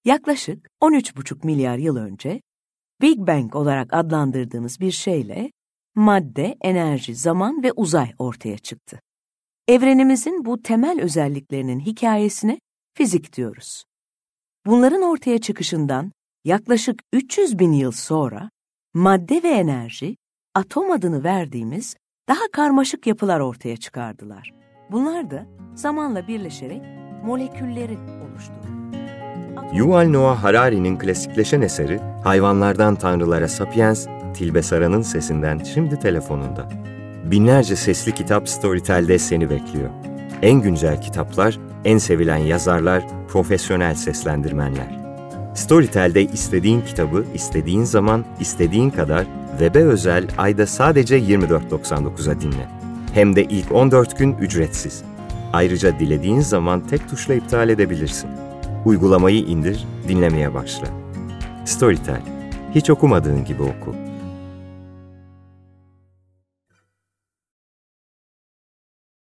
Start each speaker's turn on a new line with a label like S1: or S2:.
S1: Yaklaşık 13,5 milyar yıl önce Big Bang olarak adlandırdığımız bir şeyle madde, enerji, zaman ve uzay ortaya çıktı. Evrenimizin bu temel özelliklerinin hikayesine fizik diyoruz. Bunların ortaya çıkışından yaklaşık 300 bin yıl sonra madde ve enerji, atom adını verdiğimiz daha karmaşık yapılar ortaya çıkardılar. Bunlar da zamanla birleşerek molekülleri oluşturdu.
S2: Yuval Noah Harari'nin klasikleşen eseri Hayvanlardan Tanrılara Sapiens, Tilbe Saran'ın sesinden şimdi telefonunda. Binlerce sesli kitap Storytel'de seni bekliyor. En güncel kitaplar, en sevilen yazarlar, profesyonel seslendirmenler. Storytel'de istediğin kitabı, istediğin zaman, istediğin kadar web'e özel ayda sadece 24,99'a dinle. Hem de ilk 14 gün ücretsiz. Ayrıca dilediğin zaman tek tuşla iptal edebilirsin. Uygulamayı indir, dinlemeye başla. Storytel. Hiç okumadığın gibi oku.